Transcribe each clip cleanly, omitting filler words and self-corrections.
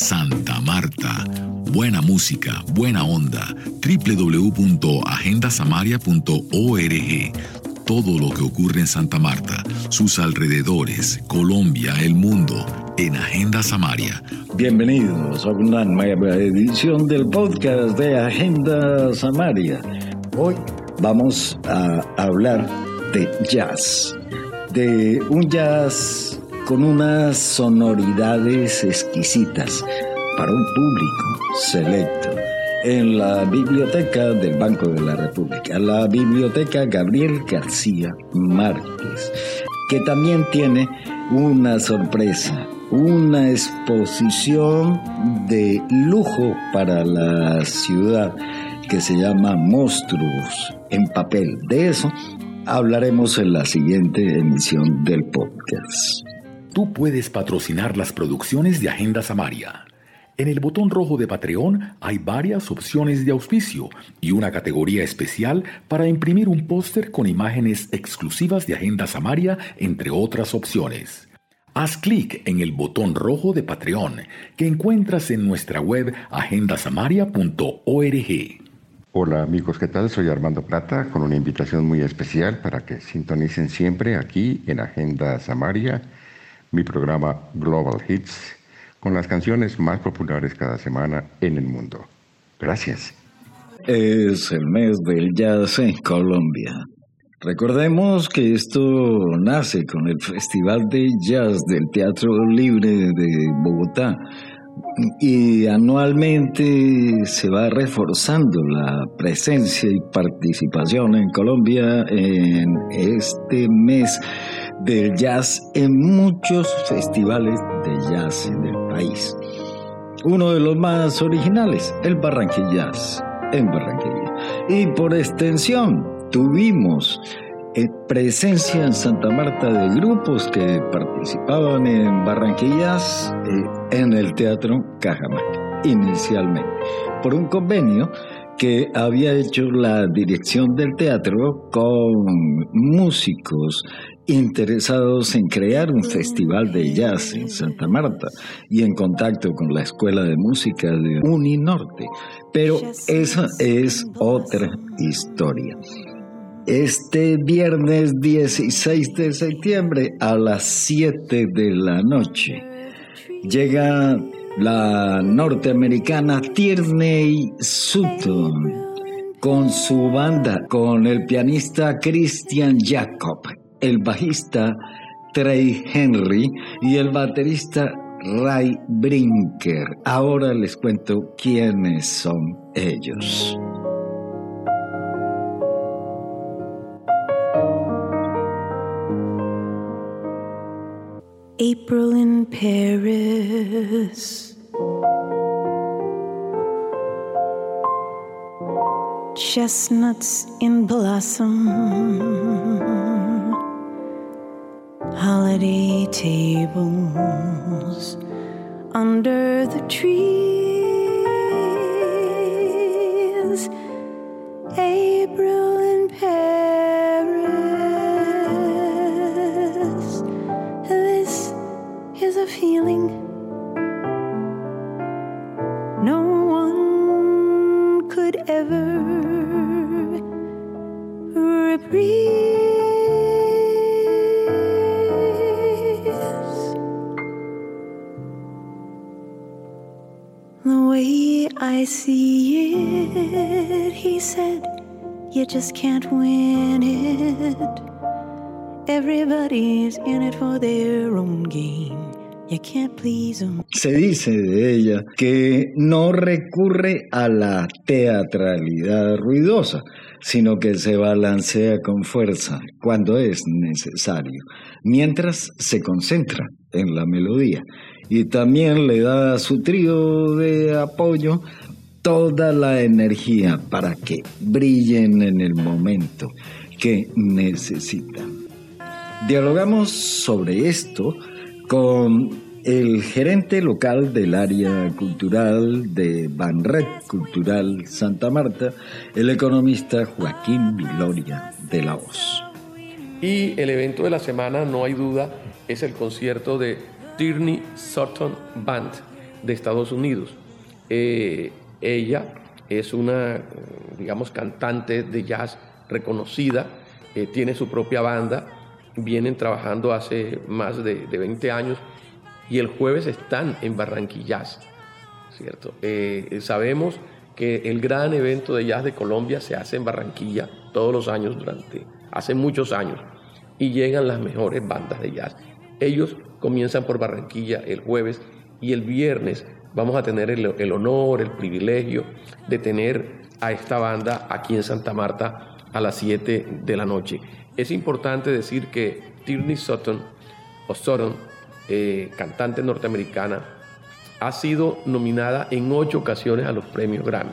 Santa Marta. Buena música, buena onda. www.agendasamaria.org. Todo lo que ocurre en Santa Marta, sus alrededores, Colombia, el mundo, en Agenda Samaria. Bienvenidos a una nueva edición del podcast de Agenda Samaria. Hoy vamos a hablar de jazz, de un jazz con unas sonoridades exquisitas para un público selecto en la biblioteca del Banco de la República, la biblioteca Gabriel García Márquez, que también tiene una sorpresa, una exposición de lujo para la ciudad que se llama Monstruos en Papel. De eso hablaremos en la siguiente emisión del podcast. Tú puedes patrocinar las producciones de Agenda Samaria. En el botón rojo de Patreon hay varias opciones de auspicio y una categoría especial para imprimir un póster con imágenes exclusivas de Agenda Samaria, entre otras opciones. Haz clic en el botón rojo de Patreon que encuentras en nuestra web agendasamaria.org. Hola amigos, ¿qué tal? Soy Armando Plata con una invitación muy especial para que sintonicen siempre aquí en Agenda Samaria, mi programa Global Hits, con las canciones más populares cada semana en el mundo. Gracias. Es el mes del jazz en Colombia. Recordemos que esto nace con el Festival de Jazz del Teatro Libre de Bogotá y anualmente se va reforzando la presencia y participación en Colombia en este mes del jazz en muchos festivales de jazz en el país. Uno de los más originales, el Barranquillas, en Barranquilla. Y por extensión, tuvimos presencia en Santa Marta de grupos que participaban en Barranquillas en el Teatro Cajamarca, inicialmente, por un convenio que había hecho la dirección del teatro con músicos interesados en crear un festival de jazz en Santa Marta y en contacto con la Escuela de Música de Uninorte. Pero esa es otra historia. Este viernes 16 de septiembre a las 7 de la noche llega la norteamericana Tierney Sutton con su banda, con el pianista Christian Jacob, el bajista Trey Henry y el baterista Ray Brinker. Ahora les cuento quiénes son ellos. April in Paris, chestnuts in blossom, holiday tables under the trees. April in Paris, this is a feeling no one could ever reprise. The way I see it, he said, you just can't win it. Everybody's in it for their own game. You can't please them. Se dice de ella que no recurre a la teatralidad ruidosa, sino que se balancea con fuerza cuando es necesario, mientras se concentra en la melodía. Y también le da a su trío de apoyo toda la energía para que brillen en el momento que necesitan. Dialogamos sobre esto con el gerente local del área cultural de Banred Cultural Santa Marta, el economista Joaquín Viloria de la Hoz. Y el evento de la semana, no hay duda, es el concierto de Tierney Sutton Band, de Estados Unidos. Ella es una, digamos, cantante de jazz reconocida, tiene su propia banda, vienen trabajando hace más de 20 años y el jueves están en Barranquillas, ¿cierto? Sabemos que el gran evento de jazz de Colombia se hace en Barranquilla todos los años hace muchos años, y llegan las mejores bandas de jazz. Ellos comienzan por Barranquilla el jueves y el viernes vamos a tener el honor, el privilegio de tener a esta banda aquí en Santa Marta a las 7 de la noche. Es importante decir que Tierney Sutton, cantante norteamericana, ha sido nominada en 8 ocasiones a los premios Grammy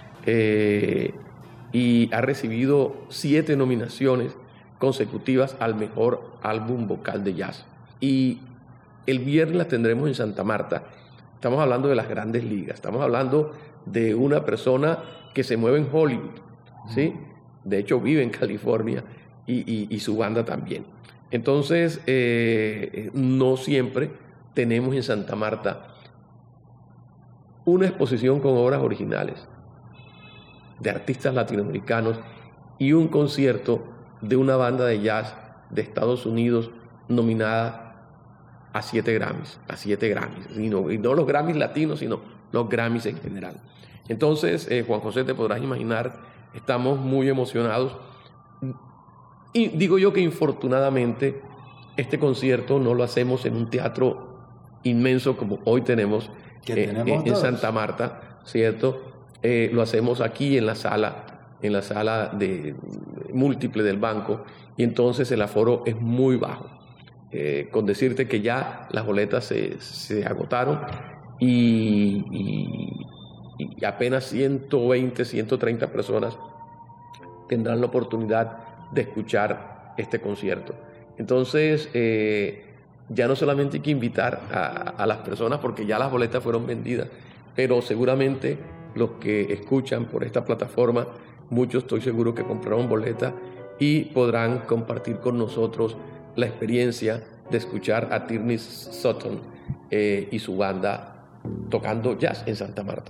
y ha recibido 7 nominaciones consecutivas al mejor álbum vocal de jazz. Y el viernes la tendremos en Santa Marta. Estamos hablando de las grandes ligas, estamos hablando de una persona que se mueve en Hollywood, ¿sí? De hecho vive en California y su banda también. Entonces, no siempre tenemos en Santa Marta una exposición con obras originales de artistas latinoamericanos y un concierto de una banda de jazz de Estados Unidos nominada a 7 Grammys, y no los Grammys latinos, sino los Grammys en general. Entonces, Juan José, te podrás imaginar, estamos muy emocionados. Y digo yo que infortunadamente este concierto no lo hacemos en un teatro inmenso como hoy tenemos, en Santa Marta, ¿cierto? Lo hacemos aquí en la sala de múltiple del banco, y entonces el aforo es muy bajo. Con decirte que ya las boletas se agotaron y apenas 120, 130 personas tendrán la oportunidad de escuchar este concierto. Entonces, ya no solamente hay que invitar a las personas porque ya las boletas fueron vendidas, pero seguramente los que escuchan por esta plataforma, muchos estoy seguro que compraron boletas y podrán compartir con nosotros la experiencia de escuchar a Tierney Sutton y su banda tocando jazz en Santa Marta.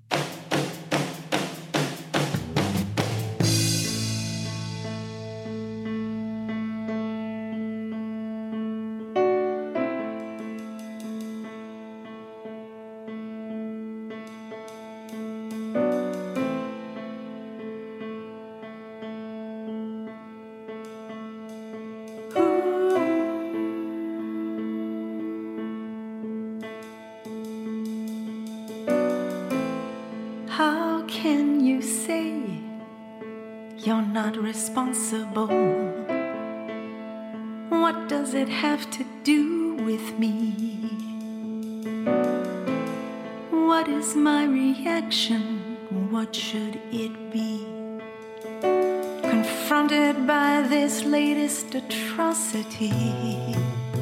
How can you say you're not responsible? What does it have to do with me? What is my reaction? What should it be? Confronted by this latest atrocity.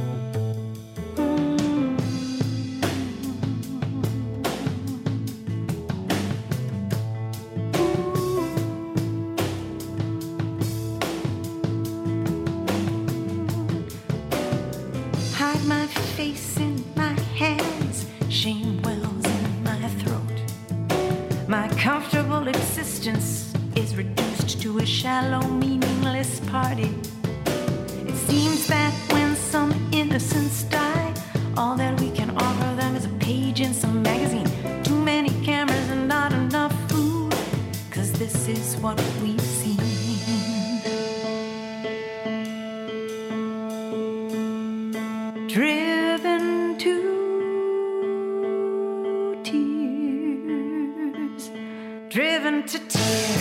Shallow, meaningless party. It seems that when some innocents die, all that we can offer them is a page in some magazine. Too many cameras and not enough food, 'cause this is what we've seen. Driven to tears, driven to tears.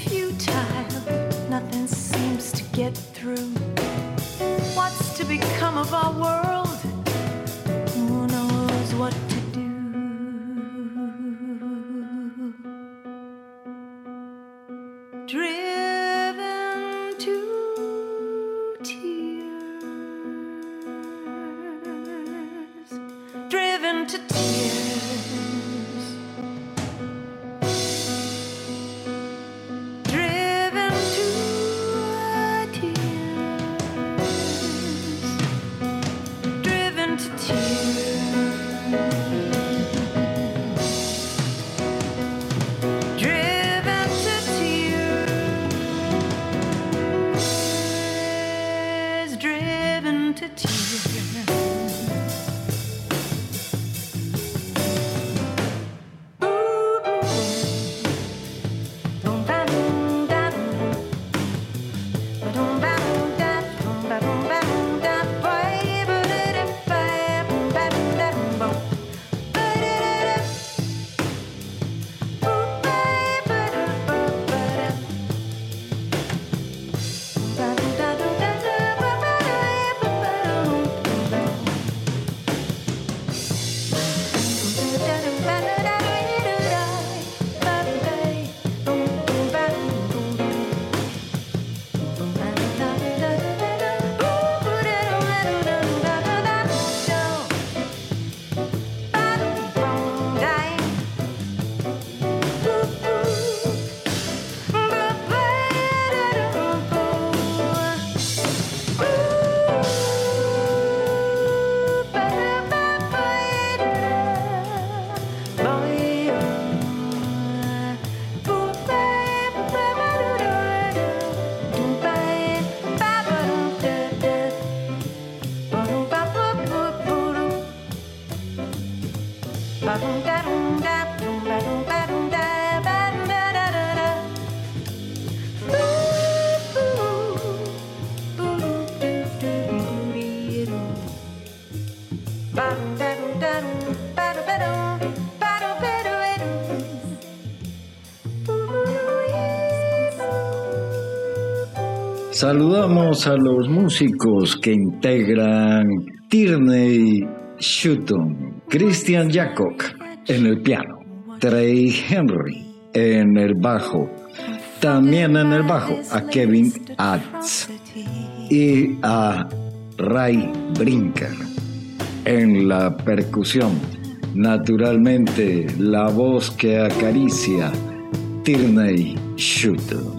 Get through. What's to become of our world. Who knows what to do? Driven to tears, driven to tears, driven to tears, driven to Saludamos a los músicos que integran Tierney Sutton, Christian Jacob en el piano, Trey Henry en el bajo, también en el bajo a Kevin Adds y a Ray Brinker en la percusión. Naturalmente, la voz que acaricia Tierney Sutton.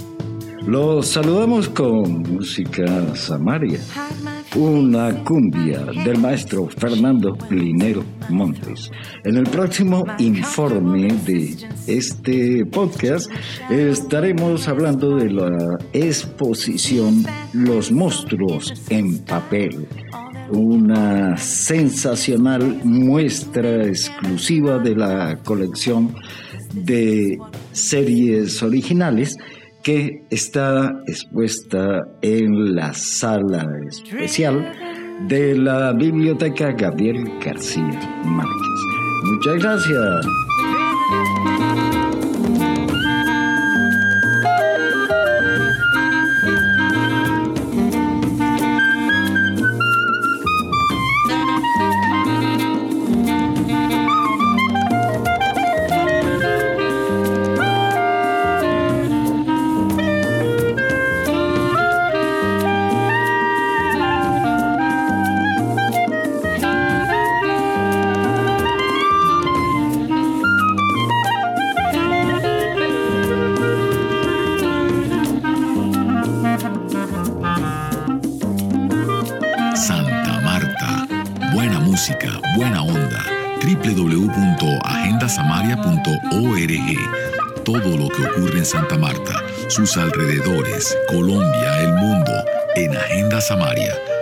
Los saludamos con música samaria, una cumbia del maestro Fernando Linero Montes. En el próximo informe de este podcast estaremos hablando de la exposición Los Monstruos en Papel, una sensacional muestra exclusiva de la colección de series originales que está expuesta en la sala especial de la Biblioteca Gabriel García Márquez. Muchas gracias. Buena onda. www.agendasamaria.org. Todo lo que ocurre en Santa Marta, sus alrededores, Colombia, el mundo, en Agenda Samaria.